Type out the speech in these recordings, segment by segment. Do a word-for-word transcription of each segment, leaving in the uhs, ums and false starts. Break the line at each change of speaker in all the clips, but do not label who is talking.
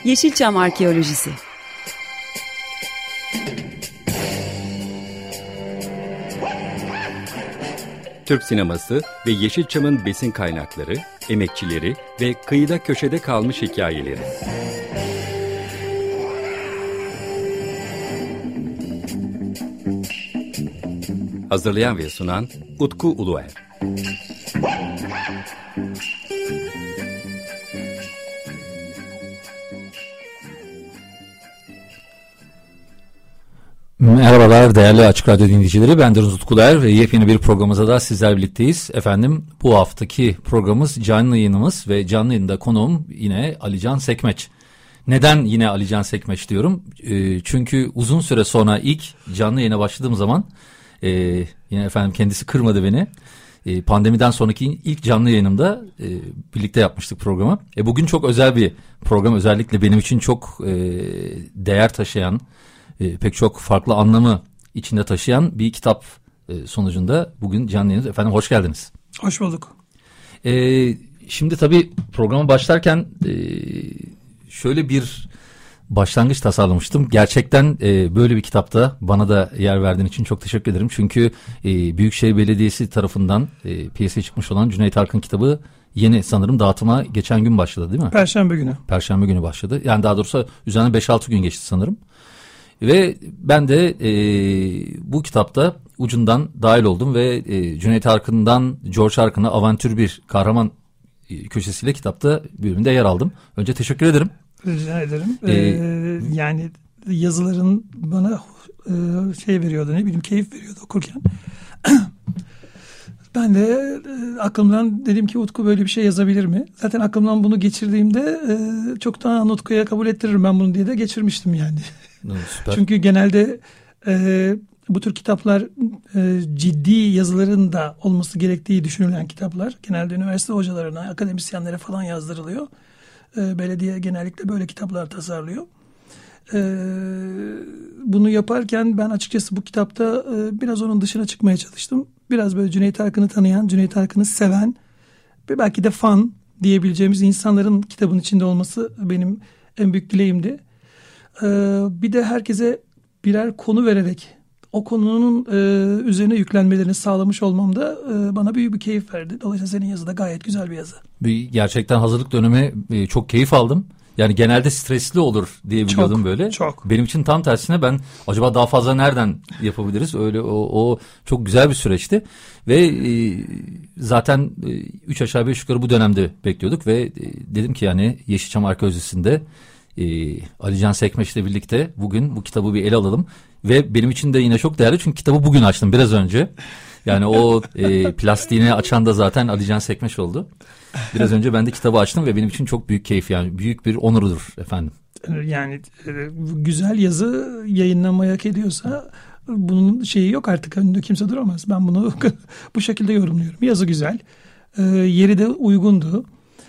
Yeşilçam Arkeolojisi.
Türk sineması ve Yeşilçam'ın besin kaynakları, emekçileri ve kıyıda köşede kalmış hikayeleri. Hazırlayan ve sunan Utku Uluer.
Merhabalar değerli Açık Radyo dinleyicileri, ben Deniz Utkuler ve yepyeni bir programımıza da sizler birlikteyiz. Efendim, bu haftaki programımız canlı yayınımız ve canlı yayında konuğum yine Alican Sekmeç. Neden yine Alican Sekmeç diyorum? E, çünkü uzun süre sonra ilk canlı yayına başladığım zaman e, yine efendim kendisi kırmadı beni. E, pandemiden sonraki ilk canlı yayınımda e, birlikte yapmıştık programı. E, bugün çok özel bir program, özellikle benim için çok e, değer taşıyan, E, pek çok farklı anlamı içinde taşıyan bir kitap e, sonucunda bugün canlı yayınız. Efendim hoş geldiniz.
Hoş bulduk.
E, şimdi tabii programa başlarken e, şöyle bir başlangıç tasarlamıştım. Gerçekten e, böyle bir kitapta bana da yer verdiğin için çok teşekkür ederim. Çünkü e, Büyükşehir Belediyesi tarafından e, piyasaya çıkmış olan Cüneyt Arkın kitabı yeni sanırım dağıtıma geçen gün başladı, değil mi?
Perşembe günü.
Perşembe günü başladı. Yani daha doğrusu üzerinden beş altı gün geçti sanırım. Ve ben de e, bu kitapta ucundan dahil oldum ve e, Cüneyt Arkın'dan George Arkın'a avantür bir kahraman e, köşesiyle kitapta bölümünde yer aldım. Önce teşekkür ederim.
Rica ederim. Ee, ee, yani yazıların bana e, şey veriyordu, ne bileyim, keyif veriyordu okurken. Ben de e, aklımdan dedim ki Utku böyle bir şey yazabilir mi? Zaten aklımdan bunu geçirdiğimde e, çoktan Utku'ya kabul ettiririm ben bunu diye de geçirmiştim yani. Süper. Çünkü genelde e, bu tür kitaplar e, ciddi yazıların da olması gerektiği düşünülen kitaplar. Genelde üniversite hocalarına, akademisyenlere falan yazdırılıyor. E, belediye genellikle böyle kitaplar tasarlıyor. E, bunu yaparken ben açıkçası bu kitapta e, biraz onun dışına çıkmaya çalıştım. Biraz böyle Cüneyt Arkın'ı tanıyan, Cüneyt Arkın'ı seven ve belki de fan diyebileceğimiz insanların kitabın içinde olması benim en büyük dileğimdi. Ee, bir de herkese birer konu vererek o konunun e, üzerine yüklenmelerini sağlamış olmam da e, bana büyük bir keyif verdi. Dolayısıyla senin yazı da gayet güzel bir yazı.
Bir, gerçekten hazırlık dönemi e, çok keyif aldım. Yani genelde stresli olur diye biliyordum çok, böyle. Çok. Benim için tam tersine ben acaba daha fazla nereden yapabiliriz? Öyle o, o çok güzel bir süreçti. Ve e, zaten e, üç aşağı beş yukarı bu dönemde bekliyorduk ve e, dedim ki yani Yeşilçam Arkeolojisi'nde e, Alican Sekmeç'le birlikte bugün bu kitabı bir ele alalım. Ve benim için de yine çok değerli çünkü kitabı bugün açtım biraz önce. Yani o e, plastiğini açan da zaten Alican Sekmeç oldu. Biraz önce ben de kitabı açtım ve benim için çok büyük keyif, yani büyük bir onurdur efendim.
Yani e, güzel yazı yayınlanmayı hak ediyorsa bunun şeyi yok artık, önünde kimse duramaz. Ben bunu bu şekilde yorumluyorum. Yazı güzel, e, yeri de uygundu.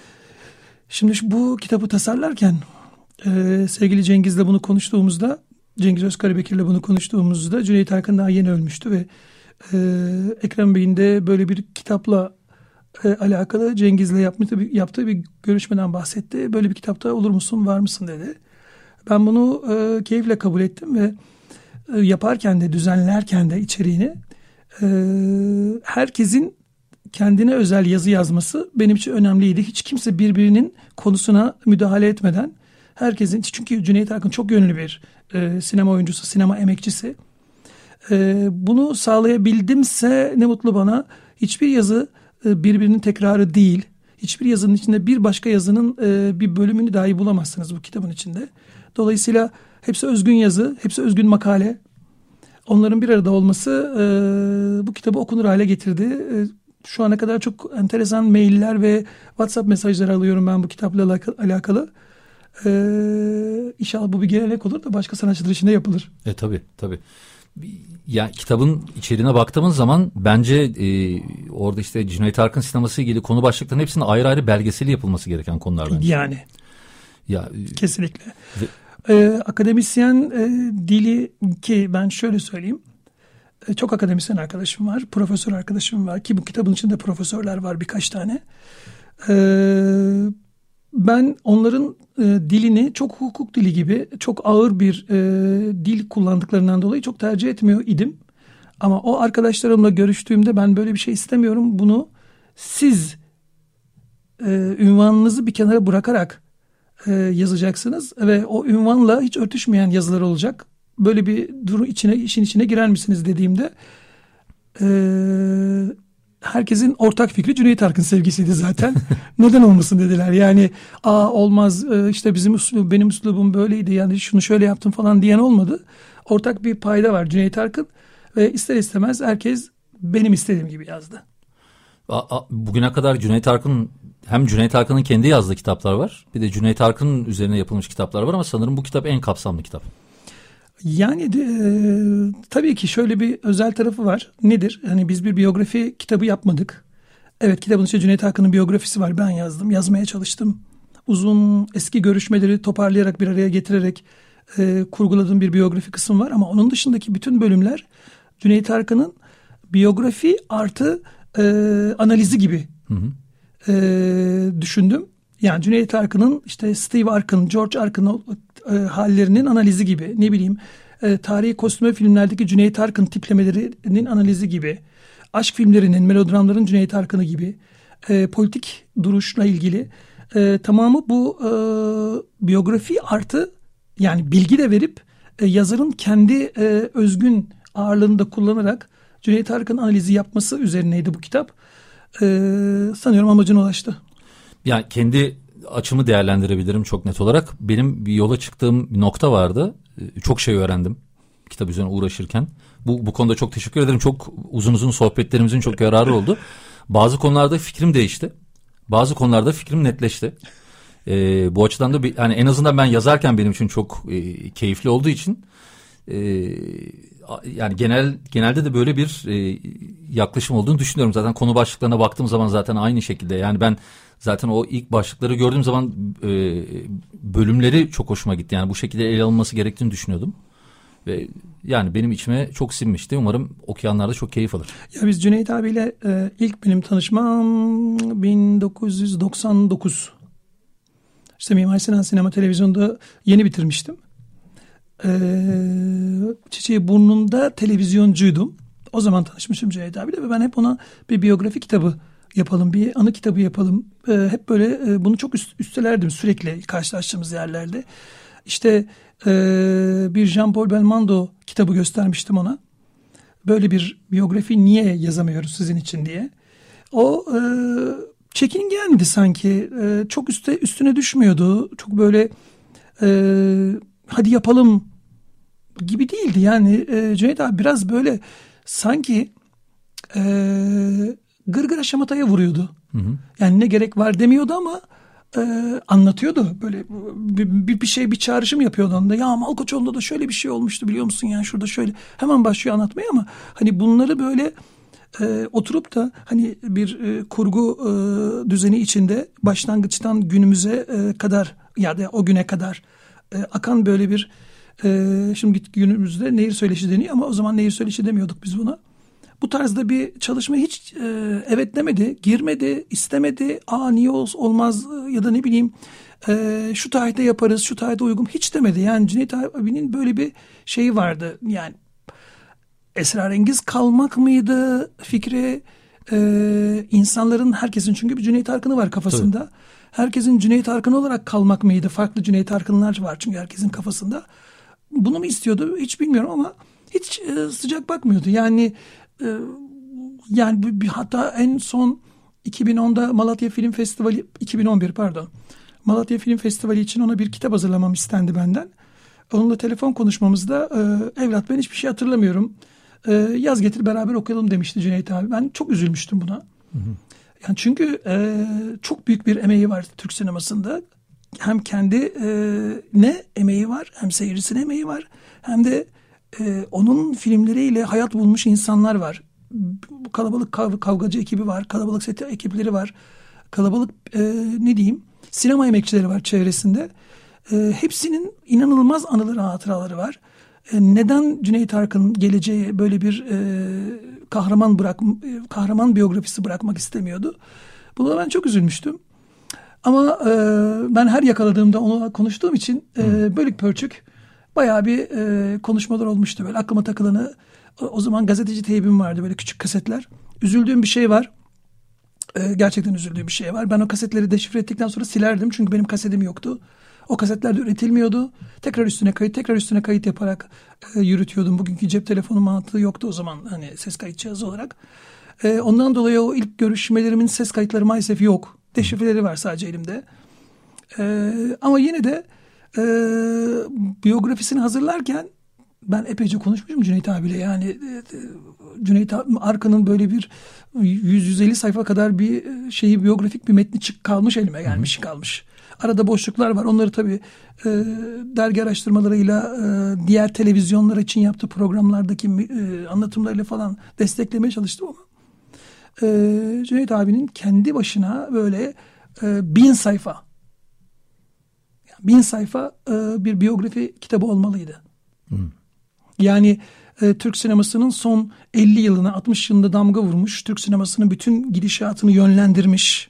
Şimdi şu, bu kitabı tasarlarken e, sevgili Cengiz'le bunu konuştuğumuzda, Cengiz Özkarabekir'le bunu konuştuğumuzda Cüneyt Arkın daha yeni ölmüştü ve e, Ekrem Bey'in de böyle bir kitapla e, alakalı Cengiz'le yaptığı bir, yaptığı bir görüşmeden bahsetti. Böyle bir kitapta olur musun, var mısın dedi. Ben bunu e, keyifle kabul ettim ve e, yaparken de, düzenlerken de içeriğini e, herkesin kendine özel yazı yazması benim için önemliydi. Hiç kimse birbirinin konusuna müdahale etmeden herkesin, çünkü Cüneyt Arkın çok yönlü bir e, sinema oyuncusu, sinema emekçisi. E, bunu sağlayabildimse ne mutlu bana. Hiçbir yazı e, birbirinin tekrarı değil. Hiçbir yazının içinde bir başka yazının e, bir bölümünü dahi bulamazsınız bu kitabın içinde. Dolayısıyla hepsi özgün yazı, hepsi özgün makale. Onların bir arada olması e, bu kitabı okunur hale getirdi. E, şu ana kadar çok enteresan mailler ve WhatsApp mesajları alıyorum ben bu kitapla alakalı. Ee, inşallah bu bir gelenek olur da başka sanatçılar için de yapılır.
E tabii tabii. Ya kitabın içeriğine baktığımız zaman bence e, orada işte Cüneyt Arkın sineması ilgili konu başlıklarının hepsinin ayrı ayrı belgeseli yapılması gereken konular bence.
Yani.
Ya
kesinlikle. Ve, ee, akademisyen e, dili, ki ben şöyle söyleyeyim. E, çok akademisyen arkadaşım var, profesör arkadaşım var ki bu kitabın içinde profesörler var birkaç tane. Eee ben onların e, dilini çok hukuk dili gibi çok ağır bir e, dil kullandıklarından dolayı çok tercih etmiyor idim. Ama o arkadaşlarımla görüştüğümde ben böyle bir şey istemiyorum. Bunu siz e, ünvanınızı bir kenara bırakarak e, yazacaksınız ve o ünvanla hiç örtüşmeyen yazılar olacak. Böyle bir durum içine işin içine girer misiniz dediğimde e, herkesin ortak fikri Cüneyt Arkın sevgisiydi zaten. Neden olmasın dediler. Yani aa olmaz e, işte bizim uslub, benim uslubum böyleydi yani şunu şöyle yaptım falan diyen olmadı. Ortak bir payda var Cüneyt Arkın ve ister istemez herkes benim istediğim gibi yazdı.
Bugüne kadar Cüneyt Arkın, hem Cüneyt Arkın'ın kendi yazdığı kitaplar var, bir de Cüneyt Arkın üzerine yapılmış kitaplar var ama sanırım bu kitap en kapsamlı kitap.
Yani de, e, tabii ki şöyle bir özel tarafı var. Nedir? Hani biz bir biyografi kitabı yapmadık. Evet, kitabın içinde Cüneyt Arkın'ın biyografisi var. Ben yazdım, yazmaya çalıştım. Uzun eski görüşmeleri toparlayarak bir araya getirerek e, kurguladığım bir biyografi kısım var. Ama onun dışındaki bütün bölümler Cüneyt Arkın'ın biyografi artı e, analizi gibi hı hı. E, düşündüm. Yani Cüneyt Arkın'ın işte Steve Arkın, George Arkın e, hallerinin analizi gibi, ne bileyim e, tarihi kostüme filmlerdeki Cüneyt Arkın tiplemelerinin analizi gibi, aşk filmlerinin, melodramların Cüneyt Arkın'ı gibi, e, politik duruşla ilgili e, tamamı bu e, biyografi artı yani bilgi de verip e, yazarın kendi e, özgün ağırlığını da kullanarak Cüneyt Arkın analizi yapması üzerineydi bu kitap. E, sanıyorum amacına ulaştı.
Yani kendi açımı değerlendirebilirim çok net olarak. Benim bir yola çıktığım bir nokta vardı. Çok şey öğrendim kitap üzerine uğraşırken. Bu, bu konuda çok teşekkür ederim. Çok uzun uzun sohbetlerimizin çok yararı oldu. Bazı konularda fikrim değişti. Bazı konularda fikrim netleşti. Ee, bu açıdan da bir, yani en azından ben yazarken benim için çok e, keyifli olduğu için e, yani genel genelde de böyle bir e, yaklaşım olduğunu düşünüyorum. Zaten konu başlıklarına baktığım zaman zaten aynı şekilde. Yani ben zaten o ilk başlıkları gördüğüm zaman e, bölümleri çok hoşuma gitti. Yani bu şekilde ele alınması gerektiğini düşünüyordum. Ve yani benim içime çok sinmişti. Umarım okuyanlar da çok keyif alır.
Ya biz Cüneyt abiyle e, ilk benim tanışmam bin dokuz yüz doksan dokuz. İşte Mimar Sinan Sinema Televizyonu'nda yeni bitirmiştim. Ee, Çiçeğiburnun'da televizyoncuydum. O zaman tanışmışım Cüneyt abiyle ve ben hep ona bir biyografi kitabı yapalım, bir anı kitabı yapalım. Ee, hep böyle e, bunu çok üst, üstelerdim sürekli karşılaştığımız yerlerde. İşte e, bir Jean-Paul Belmondo kitabı göstermiştim ona. Böyle bir biyografi niye yazamıyoruz sizin için diye. O e, çekingendi sanki. E, çok üste, üstüne düşmüyordu. Çok böyle e, hadi yapalım gibi değildi. Yani e, Cüneyt abi biraz böyle sanki e, gırgıra şamataya vuruyordu. Hı hı. Yani ne gerek var demiyordu ama e, anlatıyordu. Böyle bir, bir şey bir çağrışım yapıyordu onda. Ya Malkoçoğlu'nda da şöyle bir şey olmuştu biliyor musun? Yani şurada şöyle hemen başlıyor anlatmaya ama hani bunları böyle e, oturup da hani bir e, kurgu e, düzeni içinde başlangıçtan günümüze e, kadar ya da o güne kadar e, akan böyle bir e, şimdi günümüzde nehir söyleşi deniyor ama o zaman nehir söyleşi demiyorduk biz buna. Bu tarzda bir çalışma hiç e, evet demedi, girmedi, istemedi. Aa niye ol, olmaz ya da ne bileyim e, şu tarihte yaparız, şu tarihte uygun hiç demedi. Yani Cüneyt abinin böyle bir şeyi vardı. Yani esrarengiz kalmak mıydı fikri? E, insanların herkesin çünkü bir Cüneyt Arkın'ı var kafasında. Tabii. Herkesin Cüneyt Arkın olarak kalmak mıydı? Farklı Cüneyt Arkınlar var çünkü herkesin kafasında. Bunu mu istiyordu hiç bilmiyorum ama hiç e, sıcak bakmıyordu. Yani e, yani bir, bir, hatta en son iki bin onda Malatya Film Festivali iki bin on bir pardon. Malatya Film Festivali için ona bir kitap hazırlamam istendi benden. Onunla telefon konuşmamızda e, evlat ben hiçbir şey hatırlamıyorum. E, yaz getir beraber okuyalım demişti Cüneyt abi. Ben çok üzülmüştüm buna. Hı hı. Yani çünkü e, çok büyük bir emeği var Türk sinemasında. Hem kendi e, ne emeği var hem seyircisine emeği var. Hem de e, onun filmleriyle hayat bulmuş insanlar var. Kalabalık kav- kavgacı ekibi var. Kalabalık set ekipleri var. Kalabalık e, ne diyeyim sinema emekçileri var çevresinde. E, hepsinin inanılmaz anıları, hatıraları var. E, neden Cüneyt Arkın geleceğe böyle bir e, kahraman bırak kahraman biyografisi bırakmak istemiyordu? Buna ben çok üzülmüştüm. Ama e, ben her yakaladığımda onu konuştuğum için e, bölük pörçük bayağı bir e, konuşmalar olmuştu. Böyle aklıma takılanı, o, o zaman gazeteci teybim vardı, böyle küçük kasetler. Üzüldüğüm bir şey var. E, gerçekten üzüldüğüm bir şey var. Ben o kasetleri deşifre ettikten sonra silerdim. Çünkü benim kasetim yoktu. O kasetler de üretilmiyordu. Tekrar üstüne kayıt, tekrar üstüne kayıt yaparak e, yürütüyordum. Bugünkü cep telefonu mantığı yoktu o zaman, hani ses kayıt cihazı olarak. E, ondan dolayı o ilk görüşmelerimin ses kayıtları maalesef yok. Deşifreleri var sadece elimde. E, ama yine de e, biyografisini hazırlarken ben epeyce konuşmuşum Cüneyt abiyle. Yani e, Cüneyt Arkın'ın böyle bir yüz yüz elli sayfa kadar bir şeyi, biyografik bir metni çık kalmış elime, gelmiş kalmış. Arada boşluklar var. Onları tabii e, dergi araştırmalarıyla, e, diğer televizyonlar için yaptığı programlardaki e, anlatımlarıyla falan desteklemeye çalıştım ama e, Cüneyt abinin kendi başına böyle e, bin sayfa bin sayfa e, bir biyografi kitabı olmalıydı. Hı. Yani e, Türk sinemasının son elli yılına, altmış yılında damga vurmuş, Türk sinemasının bütün gidişatını yönlendirmiş.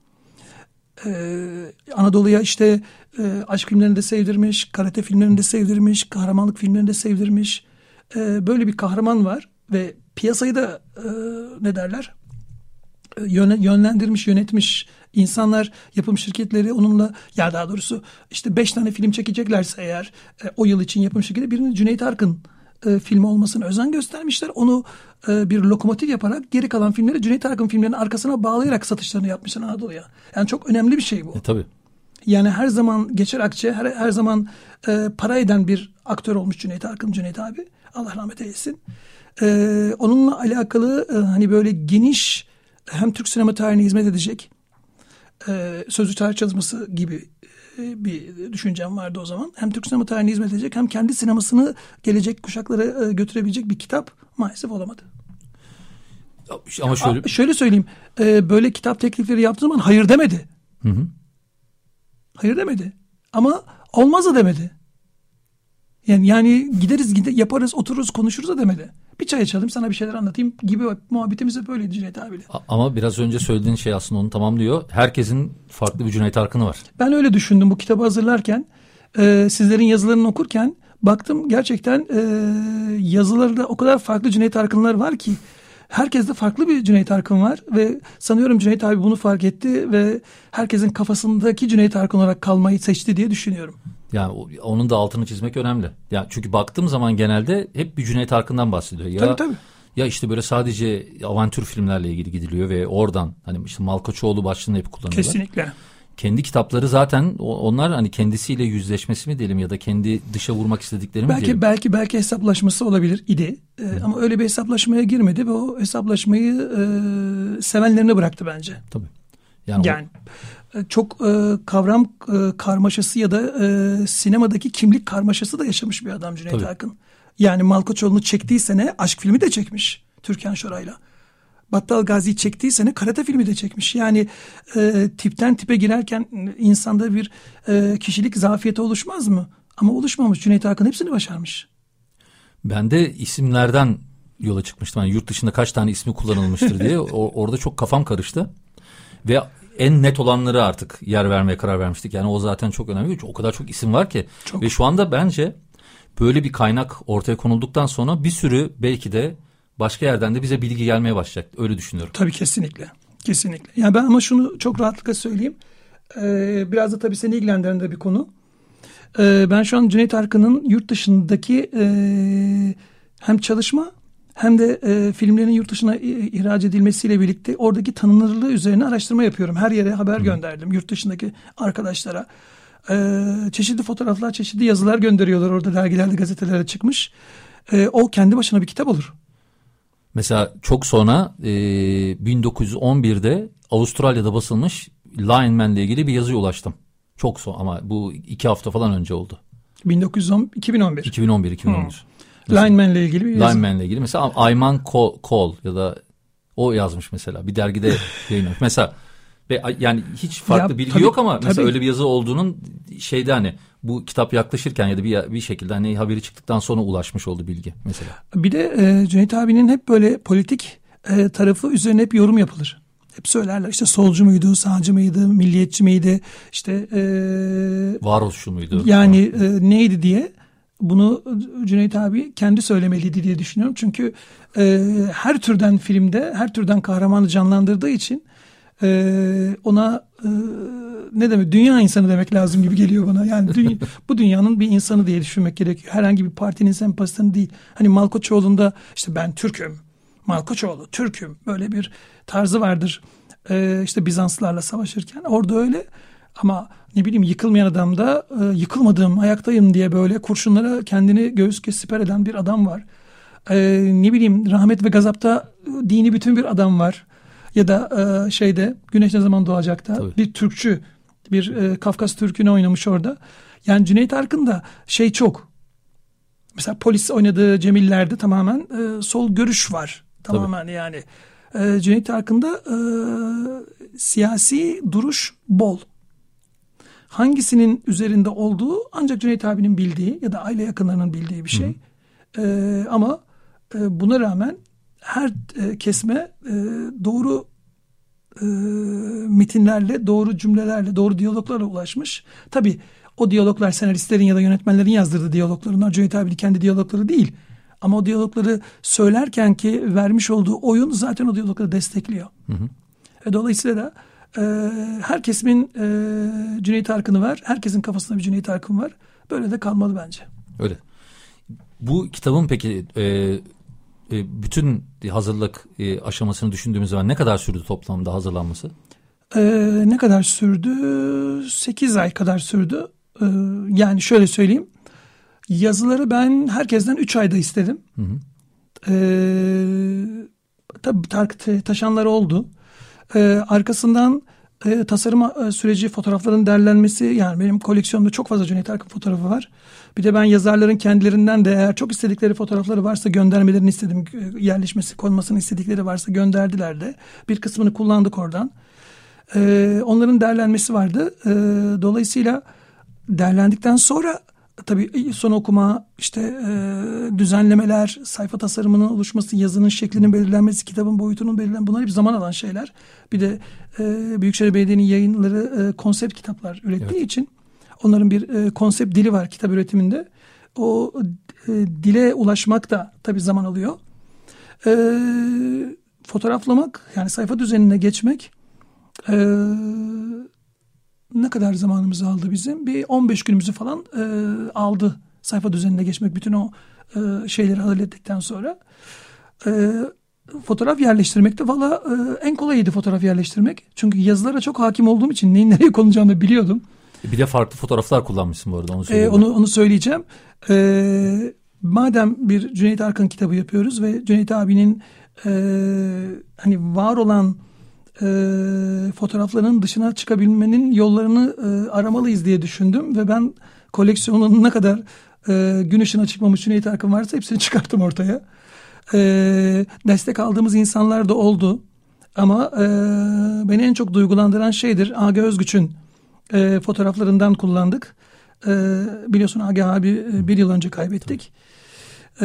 Ee, Anadolu'ya işte e, aşk filmlerini de sevdirmiş, karate filmlerini de sevdirmiş, kahramanlık filmlerini de sevdirmiş. Ee, böyle bir kahraman var ve piyasayı da e, ne derler e, yönlendirmiş, yönetmiş. İnsanlar, yapım şirketleri onunla, ya daha doğrusu işte beş tane film çekeceklerse eğer e, o yıl için yapım şirketi birinin Cüneyt Arkın e, filmi olmasına özen göstermişler. Onu e, bir lokomotif yaparak geri kalan filmleri Cüneyt Arkın filmlerinin arkasına bağlayarak satışlarını yapmışlar Anadolu'ya. Yani çok önemli bir şey bu.
E, tabii.
Yani her zaman Geçer Akçe, her, her zaman e, para eden bir aktör olmuş Cüneyt Arkın, Cüneyt abi. Allah rahmet eylesin. E, onunla alakalı e, hani böyle geniş, hem Türk sinema tarihine hizmet edecek e, sözlü tarih çalışması gibi e, bir düşüncem vardı o zaman. Hem Türk sinema tarihine hizmet edecek, hem kendi sinemasını gelecek kuşaklara e, götürebilecek bir kitap maalesef olamadı.
Ama şöyle,
A, şöyle söyleyeyim, e, böyle kitap teklifleri yaptığı zaman hayır demedi.
Hı hı.
Hayır demedi. Ama olmaz da demedi. Yani yani gideriz, gide, yaparız, otururuz, konuşuruz da demedi. Bir çay açalım, sana bir şeyler anlatayım gibi muhabbetimiz hep böyleydi Cüneyt abiyle.
Ama biraz önce söylediğin şey aslında onu tamamlıyor. Herkesin farklı bir Cüneyt Arkın'ı var. Ben
öyle düşündüm bu kitabı hazırlarken. E, sizlerin yazılarını okurken baktım, gerçekten e, yazılarda o kadar farklı Cüneyt Arkın'lar var ki. Herkeste farklı bir Cüneyt Arkın var ve sanıyorum Cüneyt abi bunu fark etti ve herkesin kafasındaki Cüneyt Arkın olarak kalmayı seçti diye düşünüyorum.
Yani onun da altını çizmek önemli. Ya çünkü baktığım zaman genelde hep bir Cüneyt Arkın'dan bahsediyor. Ya,
tabii tabii.
Ya işte böyle sadece avantür filmlerle ilgili gidiliyor ve oradan hani işte Malkoçoğlu başlığını hep kullanıyorlar.
Kesinlikle.
Kendi kitapları zaten onlar hani kendisiyle yüzleşmesi mi diyelim ya da kendi dışa vurmak istedikleri mi
belki,
diyelim.
Belki belki hesaplaşması olabilir idi. Ee, ama öyle bir hesaplaşmaya girmedi ve o hesaplaşmayı e, sevenlerine bıraktı bence.
Tabii. Yani,
yani o... çok e, kavram e, karmaşası ya da e, sinemadaki kimlik karmaşası da yaşamış bir adam Cüneyt
Tabii.
Arkın. Yani Malkoçoğlu'nu çektiği sene aşk filmi de çekmiş Türkan Şoray'la. Battal Gazi'yi çektiği sene karate filmi de çekmiş. Yani e, tipten tipe girerken insanda bir e, kişilik zafiyeti oluşmaz mı? Ama oluşmamış. Cüneyt Arkın hepsini başarmış.
Ben de isimlerden yola çıkmıştım. Yani yurt dışında kaç tane ismi kullanılmıştır diye. O, orada çok kafam karıştı. Ve en net olanları artık yer vermeye karar vermiştik. Yani o zaten çok önemli. O kadar çok isim var ki. Çok. Ve şu anda bence böyle bir kaynak ortaya konulduktan sonra bir sürü belki de başka yerden de bize bilgi gelmeye başlayacak. Öyle düşünüyorum.
Tabii kesinlikle. Kesinlikle. Yani ben ama şunu çok rahatlıkla söyleyeyim. Ee, biraz da tabii seni ilgilendiren de bir konu. Ee, ben şu an Cüneyt Arkın'ın yurt dışındaki e, hem çalışma hem de e, filmlerin yurt dışına ihraç edilmesiyle birlikte oradaki tanınırlığı üzerine araştırma yapıyorum. Her yere haber Hı. gönderdim yurt dışındaki arkadaşlara. Ee, çeşitli fotoğraflar, çeşitli yazılar gönderiyorlar. Orada dergilerde, gazetelerde çıkmış. Ee, o kendi başına bir kitap olur.
Mesela çok sonra e, bin dokuz yüz on birde Avustralya'da basılmış Lion Man'le ilgili bir yazıya ulaştım. Çok son ama bu iki hafta falan önce oldu.
bin dokuz yüz on, iki bin on bir
iki bin on bir iki bin on bir
Hmm. Lion Man'le ilgili bir yazı.
Lion Man'le ilgili. Mesela Ayman Kol ya da o yazmış mesela. Bir dergide yayınlamış. Mesela ve yani hiç farklı ya, bilgi tabii, yok ama tabii. Mesela öyle bir yazı olduğunun şeyde hani bu kitap yaklaşırken ya da bir bir şekilde hani haberi çıktıktan sonra ulaşmış oldu bilgi mesela.
Bir de e, Cüneyt abinin hep böyle politik e, tarafı üzerine hep yorum yapılır. hep söylerler işte solcu muydu, sağcı mıydı, milliyetçi miydi, işte e,
varoluşçu muydu?
Yani e, neydi diye. Bunu Cüneyt abi kendi söylemeliydi diye düşünüyorum. Çünkü e, her türden filmde, her türden kahramanı canlandırdığı için e, ona e, ne demek, dünya insanı demek lazım gibi geliyor bana. Yani dünya, bu dünyanın bir insanı diye düşünmek gerekiyor. Herhangi bir partinin sempatisinden değil. Hani Malkoçoğlu'nda işte ben Türk'üm, Malkoçoğlu Türk'üm, böyle bir tarzı vardır. E, işte Bizanslılarla savaşırken orada öyle. Ama ne bileyim Yıkılmayan Adam'da e, yıkılmadım, ayaktayım diye böyle kurşunlara kendini göğüs siper eden bir adam var. E, ne bileyim Rahmet ve Gazap'ta e, dini bütün bir adam var. Ya da e, şeyde Güneş Ne Zaman Doğacak'ta Tabii. bir Türkçü, bir e, Kafkas Türk'ünü oynamış orada. Yani Cüneyt Arkın'da şey çok. Mesela polis oynadığı Cemiller'de tamamen e, sol görüş var. Tamamen Tabii. yani. E, Cüneyt Arkın'da e, siyasi duruş bol. Hangisinin üzerinde olduğu ancak Cüneyt abinin bildiği ya da aile yakınlarının bildiği bir şey. Ee, ama e, buna rağmen her e, kesme e, doğru e, metinlerle, doğru cümlelerle, doğru diyaloglarla ulaşmış. Tabii o diyaloglar senaristlerin ya da yönetmenlerin yazdırdığı diyaloglar. Onlar Cüneyt abinin kendi diyalogları değil. Ama o diyalogları söylerken ki vermiş olduğu oyun zaten o diyalogları destekliyor. Hı hı. E, dolayısıyla da Ee, her kesimin e, Cüneyt Arkın'ı var. Herkesin kafasında bir Cüneyt Arkın var. Böyle de kalmalı bence.
Öyle. Bu kitabın peki e, e, bütün hazırlık e, aşamasını düşündüğümüz zaman ne kadar sürdü toplamda hazırlanması?
Ee, ne kadar sürdü? sekiz ay kadar sürdü. Ee, yani şöyle söyleyeyim. Yazıları ben herkesten üç ayda istedim. Hı hı. Ee, tabii ta- taşanlar oldu. Ee, arkasından e, tasarım e, süreci, fotoğrafların derlenmesi, yani benim koleksiyonumda çok fazla Cüneyt Arkın fotoğrafı var. Bir de ben yazarların kendilerinden de eğer çok istedikleri fotoğrafları varsa göndermelerini istedim. Yerleşmesi, konmasını istedikleri varsa gönderdiler de. Bir kısmını kullandık oradan. Ee, onların derlenmesi vardı. Ee, dolayısıyla derlendikten sonra tabii son okuma, işte e, düzenlemeler, sayfa tasarımının oluşması, yazının şeklinin belirlenmesi, kitabın boyutunun belirlenmesi, bunlar hep zaman alan şeyler. Bir de e, Büyükşehir Belediye'nin yayınları e, konsept kitaplar ürettiği evet. için onların bir e, konsept dili var kitap üretiminde. O e, dile ulaşmak da tabii zaman alıyor. E, fotoğraflamak, yani sayfa düzenine geçmek e, ne kadar zamanımızı aldı bizim? Bir on beş günümüzü falan e, aldı sayfa düzenine geçmek. Bütün o e, şeyleri hallettikten sonra. E, fotoğraf yerleştirmek de valla e, en kolayıydı fotoğraf yerleştirmek. Çünkü yazılara çok hakim olduğum için neyin nereye konacağını biliyordum.
Bir de farklı fotoğraflar kullanmışsın bu arada. Onu,
e, onu, onu söyleyeceğim. E, madem bir Cüneyt Arkın kitabı yapıyoruz ve Cüneyt abinin e, hani var olan E, fotoğrafların dışına çıkabilmenin yollarını e, aramalıyız diye düşündüm ve ben koleksiyonun ne kadar e, gün ışığına çıkmamış Cüneyt Arkın varsa hepsini çıkarttım ortaya. E, destek aldığımız insanlar da oldu ama e, beni en çok duygulandıran şeydir. Aga Özgüç'ün e, fotoğraflarından kullandık. E, biliyorsun Aga abi e, bir yıl önce kaybettik. E,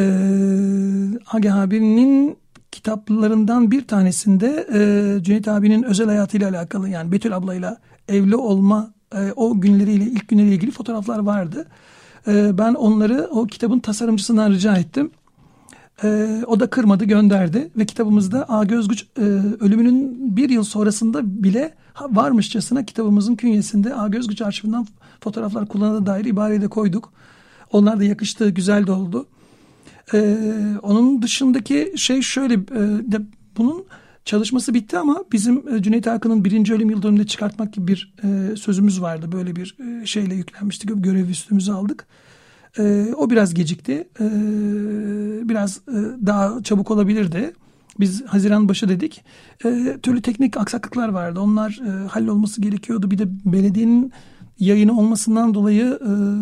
Aga abinin kitaplarından bir tanesinde e, Cüneyt abinin özel hayatıyla alakalı, yani Betül ablayla evli olma e, o günleriyle, ilk günleriyle ilgili fotoğraflar vardı. E, ben onları o kitabın tasarımcısından rica ettim. E, o da kırmadı, gönderdi ve kitabımızda Aga Özgüç e, ölümünün bir yıl sonrasında bile varmışçasına kitabımızın künyesinde Aga Özgüç arşivinden fotoğraflar kullanıldığına dair ibareyi de koyduk. Onlar da yakıştı, güzel de oldu. Ee, onun dışındaki şey şöyle, e, de, bunun çalışması bitti ama bizim e, Cüneyt Arkın'ın birinci ölüm yıl dönümünde çıkartmak gibi bir e, sözümüz vardı. Böyle bir e, şeyle yüklenmiştik, görevi üstümüze aldık. E, o biraz gecikti. E, biraz e, daha çabuk olabilirdi. Biz Haziran başı dedik. E, türlü teknik aksaklıklar vardı. Onlar e, hallolması gerekiyordu. Bir de belediyenin yayını olmasından dolayı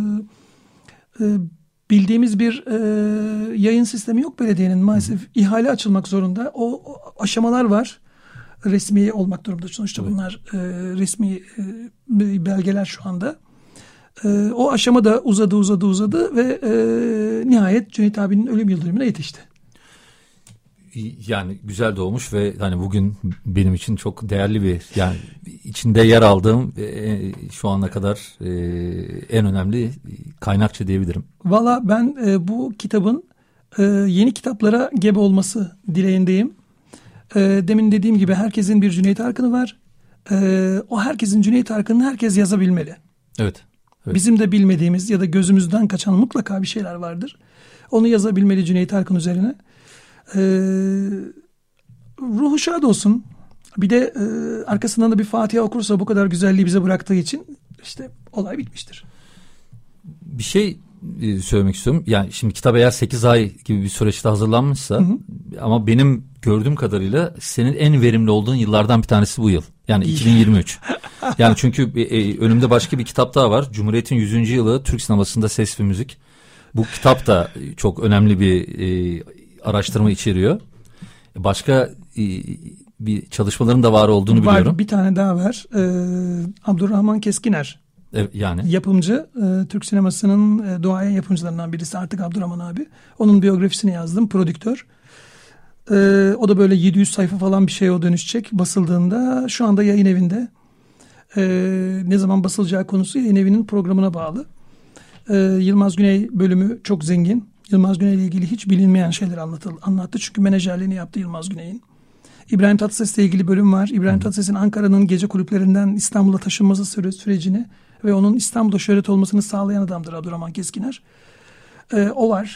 e, e, bildiğimiz bir e, yayın sistemi yok belediyenin. Maalesef ihale açılmak zorunda. O, o aşamalar var. Resmi olmak durumunda. Sonuçta evet. bunlar e, resmi e, belgeler şu anda. E, o aşama da uzadı uzadı uzadı ve e, nihayet Cüneyt abinin ölüm yıl dönümüne yetişti.
Yani güzel doğmuş ve hani bugün benim için çok değerli bir, yani içinde yer aldığım e, şu ana kadar e, en önemli kaynakça diyebilirim.
Valla ben e, bu kitabın e, yeni kitaplara gebe olması dileğindeyim. E, demin dediğim gibi herkesin bir Cüneyt Arkın'ı var. E, o herkesin Cüneyt Arkın'ı herkes yazabilmeli.
Evet, evet.
Bizim de bilmediğimiz ya da gözümüzden kaçan mutlaka bir şeyler vardır. Onu yazabilmeli Cüneyt Arkın üzerine. Ee, ruhu şad olsun. Bir de e, arkasından da bir Fatiha okursa bu kadar güzelliği bize bıraktığı için işte olay bitmiştir.
Bir şey e, söylemek istiyorum. Yani şimdi kitap eğer sekiz ay gibi bir süreçte hazırlanmışsa, hı hı, ama benim gördüğüm kadarıyla senin en verimli olduğun yıllardan bir tanesi bu yıl. Yani iki bin yirmi üç. Yani çünkü e, önümde başka bir kitap daha var. Cumhuriyet'in yüzüncü yılı Türk sinemasında ses ve müzik. Bu kitap da çok önemli bir e, araştırma içeriyor. Başka e, bir çalışmaların da var olduğunu
var,
biliyorum.
Bir tane daha var. Ee, Abdurrahman Keskiner.
Evet, yani.
Yapımcı. E, Türk sinemasının e, duayen yapımcılarından birisi artık Abdurrahman abi. Onun biyografisini yazdım. Prodüktör. E, o da böyle yedi yüz sayfa falan bir şey o dönüşecek. Basıldığında şu anda yayın evinde. E, ne zaman basılacağı konusu yayın evinin programına bağlı. E, Yılmaz Güney bölümü çok zengin. Yılmaz Güney ile ilgili hiç bilinmeyen şeyler anlatıldı, anlattı. Çünkü menajerliğini yaptı Yılmaz Güney'in. İbrahim Tatlıses'le ilgili bölüm var. İbrahim Tatlıses'in Ankara'nın gece kulüplerinden İstanbul'a taşınması süre, sürecini ve onun İstanbul'da şöhret olmasını sağlayan adamdır Abdurrahman Keskiner. Ee, o var.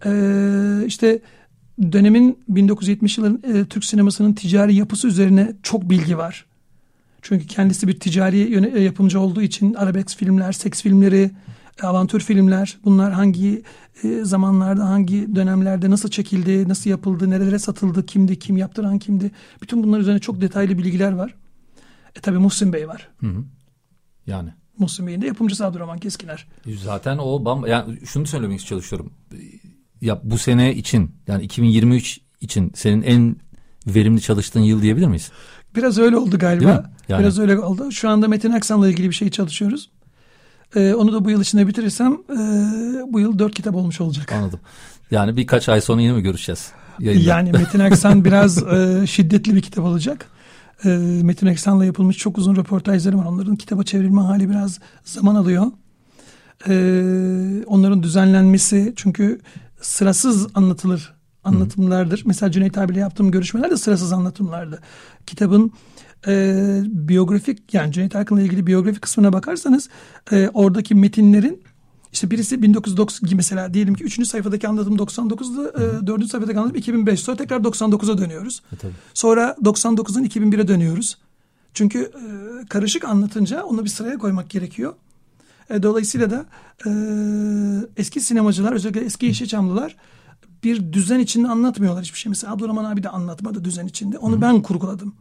Ee, işte dönemin bin dokuz yüz yetmiş yılların e, Türk sinemasının ticari yapısı üzerine çok bilgi var. Çünkü kendisi bir ticari yöne, yapımcı olduğu için arabesk filmler, seks filmleri, avantür filmler, bunlar hangi e, zamanlarda, hangi dönemlerde nasıl çekildi, nasıl yapıldı, nerelere satıldı, kimdi, kim yaptıran kimdi. Bütün bunlar üzerine çok detaylı bilgiler var. E tabi Muhsin Bey var.
Hı hı. Yani.
Muhsin Bey'in de yapımcısı Abdurrahman Keskiner.
Zaten o bam, yani şunu söylemek çalışıyorum. Ya bu sene için, yani iki bin yirmi üç için senin en verimli çalıştığın yıl diyebilir miyiz?
Biraz öyle oldu galiba.
Yani.
Biraz öyle oldu. Şu anda Metin Aksan'la ilgili bir şey çalışıyoruz. Ee, onu da bu yıl içinde bitirirsem e, bu yıl dört kitap olmuş olacak.
Anladım. Yani birkaç ay sonra yine mi görüşeceğiz? Yayında.
Yani Metin Aksan biraz e, şiddetli bir kitap olacak. E, Metin Aksan'la yapılmış çok uzun röportajları var. Onların kitaba çevrilme hali biraz zaman alıyor. E, onların düzenlenmesi, çünkü sırasız anlatılır anlatımlardır. Hı. Mesela Cüneyt abiyle yaptığım görüşmeler de sırasız anlatımlardı. Kitabın e, biyografik, yani Cüneyt Arkın'la ilgili biyografik kısmına bakarsanız e, oradaki metinlerin işte birisi bin dokuz yüz doksan mesela, diyelim ki üçüncü sayfadaki anlatım doksan dokuzda, e, dördüncü sayfadaki anlatım iki bin beş, sonra tekrar doksan dokuza dönüyoruz. E, tabii. Sonra doksan dokuzdan iki bin bire dönüyoruz. Çünkü e, karışık anlatınca onu bir sıraya koymak gerekiyor. E, dolayısıyla da e, eski sinemacılar, özellikle eski Yeşilçamlılar bir düzen içinde anlatmıyorlar hiçbir şey. Mesela Abdurrahman abi de anlatmadı düzen içinde. Onu Hı. ben kurguladım.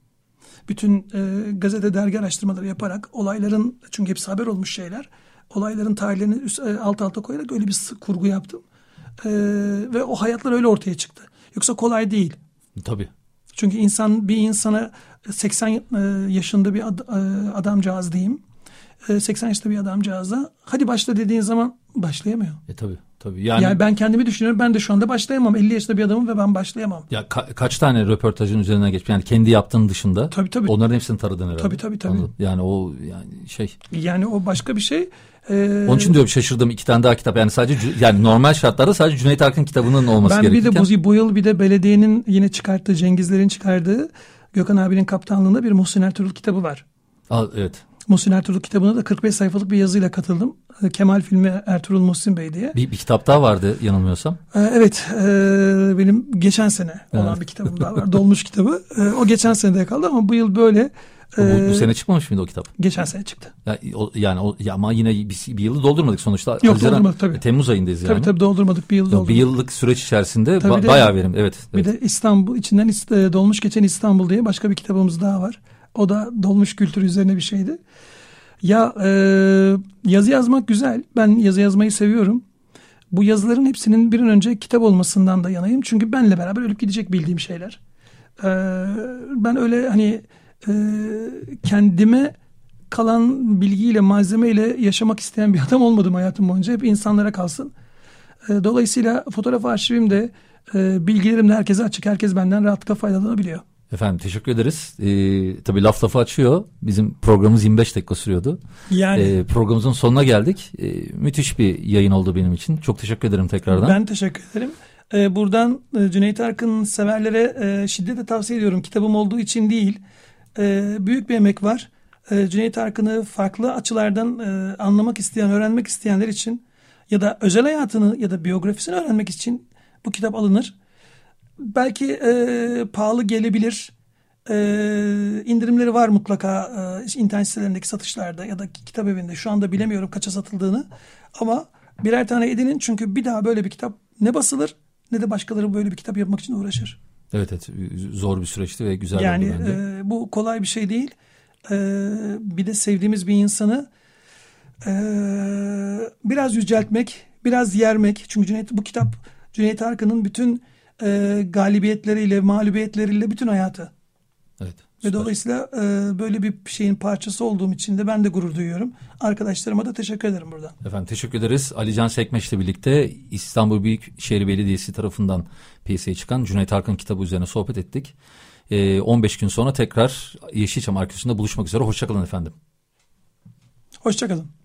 Bütün e, gazete, dergi araştırmaları yaparak olayların, çünkü hepsi haber olmuş şeyler, olayların tarihlerini üst, e, alt alta koyarak öyle bir kurgu yaptım. E, ve o hayatlar öyle ortaya çıktı. Yoksa kolay değil.
Tabii.
Çünkü insan, bir insana seksen yaşında bir ad, adamcağız diyeyim. seksen yaşında bir adamcağıza hadi başla dediğin zaman başlayamıyor.
E tabii. Tabii. Yani,
yani ben kendimi düşünüyorum, ben de şu anda başlayamam. elli yaşında bir adamım ve ben başlayamam.
Ya ka- kaç tane röportajın üzerine geçmiş, yani kendi yaptığın dışında.
Tabii tabii.
Onların hepsini taradın herhalde.
Tabii tabii tabii.
Anladım. Yani o yani şey.
Yani o başka bir şey. Ee,
Onun için diyorum, şaşırdım, iki tane daha kitap. Yani sadece yani normal şartlarda sadece Cüneyt Arkın kitabının olması
ben
gerekirken.
Ben bir de bu, bu yıl bir de belediyenin yine çıkarttığı, Cengizler'in çıkardığı, Gökhan abinin kaptanlığında bir Muhsin Ertuğrul kitabı var.
Aa, evet.
Muhsin Ertuğrul kitabına da kırk beş sayfalık bir yazıyla katıldım. Kemal filmi Ertuğrul Muhsin Bey diye.
Bir, bir kitap daha vardı yanılmıyorsam.
Ee, evet. E, benim geçen sene olan evet. bir kitabım daha var. Dolmuş kitabı. E, o geçen senede kaldı ama bu yıl böyle.
E, bu, bu sene çıkmamış mıydı o kitap?
Geçen sene çıktı.
Ya, o, yani o, ya ama yine bir, bir yılı doldurmadık sonuçta.
Yok Haziran, doldurmadık tabii.
Temmuz ayındayız yani.
Tabii tabii doldurmadık. Bir yıl doldurmadık.
Bir yıllık süreç içerisinde ba- bayağı verim. Evet,
evet. Bir de İstanbul, içinden Dolmuş Geçen İstanbul diye başka bir kitabımız daha var. O da dolmuş kültürü üzerine bir şeydi. Ya e, yazı yazmak güzel. Ben yazı yazmayı seviyorum. Bu yazıların hepsinin bir an önce kitap olmasından da yanayım. Çünkü benle beraber ölüp gidecek bildiğim şeyler. E, ben öyle hani e, kendime kalan bilgiyle, malzemeyle yaşamak isteyen bir adam olmadım hayatım boyunca. Hep insanlara kalsın. E, dolayısıyla fotoğraf arşivim de E, bilgilerim de herkese açık. Herkes benden rahatlıkla faydalanabiliyor.
Efendim teşekkür ederiz. Ee, tabii laf lafı açıyor. Bizim programımız yirmi beş dakika sürüyordu.
Yani.
Ee, programımızın sonuna geldik. Ee, müthiş bir yayın oldu benim için. Çok teşekkür ederim tekrardan.
Ben teşekkür ederim. Ee, buradan e, Cüneyt Arkın severlere e, şiddetle tavsiye ediyorum. Kitabım olduğu için değil. E, büyük bir emek var. E, Cüneyt Arkın'ı farklı açılardan e, anlamak isteyen, öğrenmek isteyenler için ya da özel hayatını ya da biyografisini öğrenmek için bu kitap alınır. Belki e, pahalı gelebilir. E, indirimleri var mutlaka e, internet sitelerindeki satışlarda ya da kitap evinde. Şu anda bilemiyorum kaça satıldığını. Ama birer tane edinin, çünkü bir daha böyle bir kitap ne basılır ne de başkaları böyle bir kitap yapmak için uğraşır.
Evet evet, zor bir süreçti ve güzel
yani,
oldu bence.
Yani e, bu kolay bir şey değil. E, bir de sevdiğimiz bir insanı e, biraz yüceltmek, biraz yermek. Çünkü Cüneyt, bu kitap Cüneyt Arkın'ın bütün e, galibiyetleriyle, mağlubiyetleriyle bütün hayatı.
Evet.
Ve dolayısıyla e, böyle bir şeyin parçası olduğum için de ben de gurur duyuyorum. Arkadaşlarıma da teşekkür ederim buradan.
Efendim teşekkür ederiz. Alican Sekmeç'le birlikte İstanbul Büyükşehir Belediyesi tarafından piyasaya çıkan Cüneyt Arkın kitabı üzerine sohbet ettik. E, on beş gün sonra tekrar Yeşilçam Arkası'nda buluşmak üzere. Hoşçakalın efendim.
Hoşçakalın.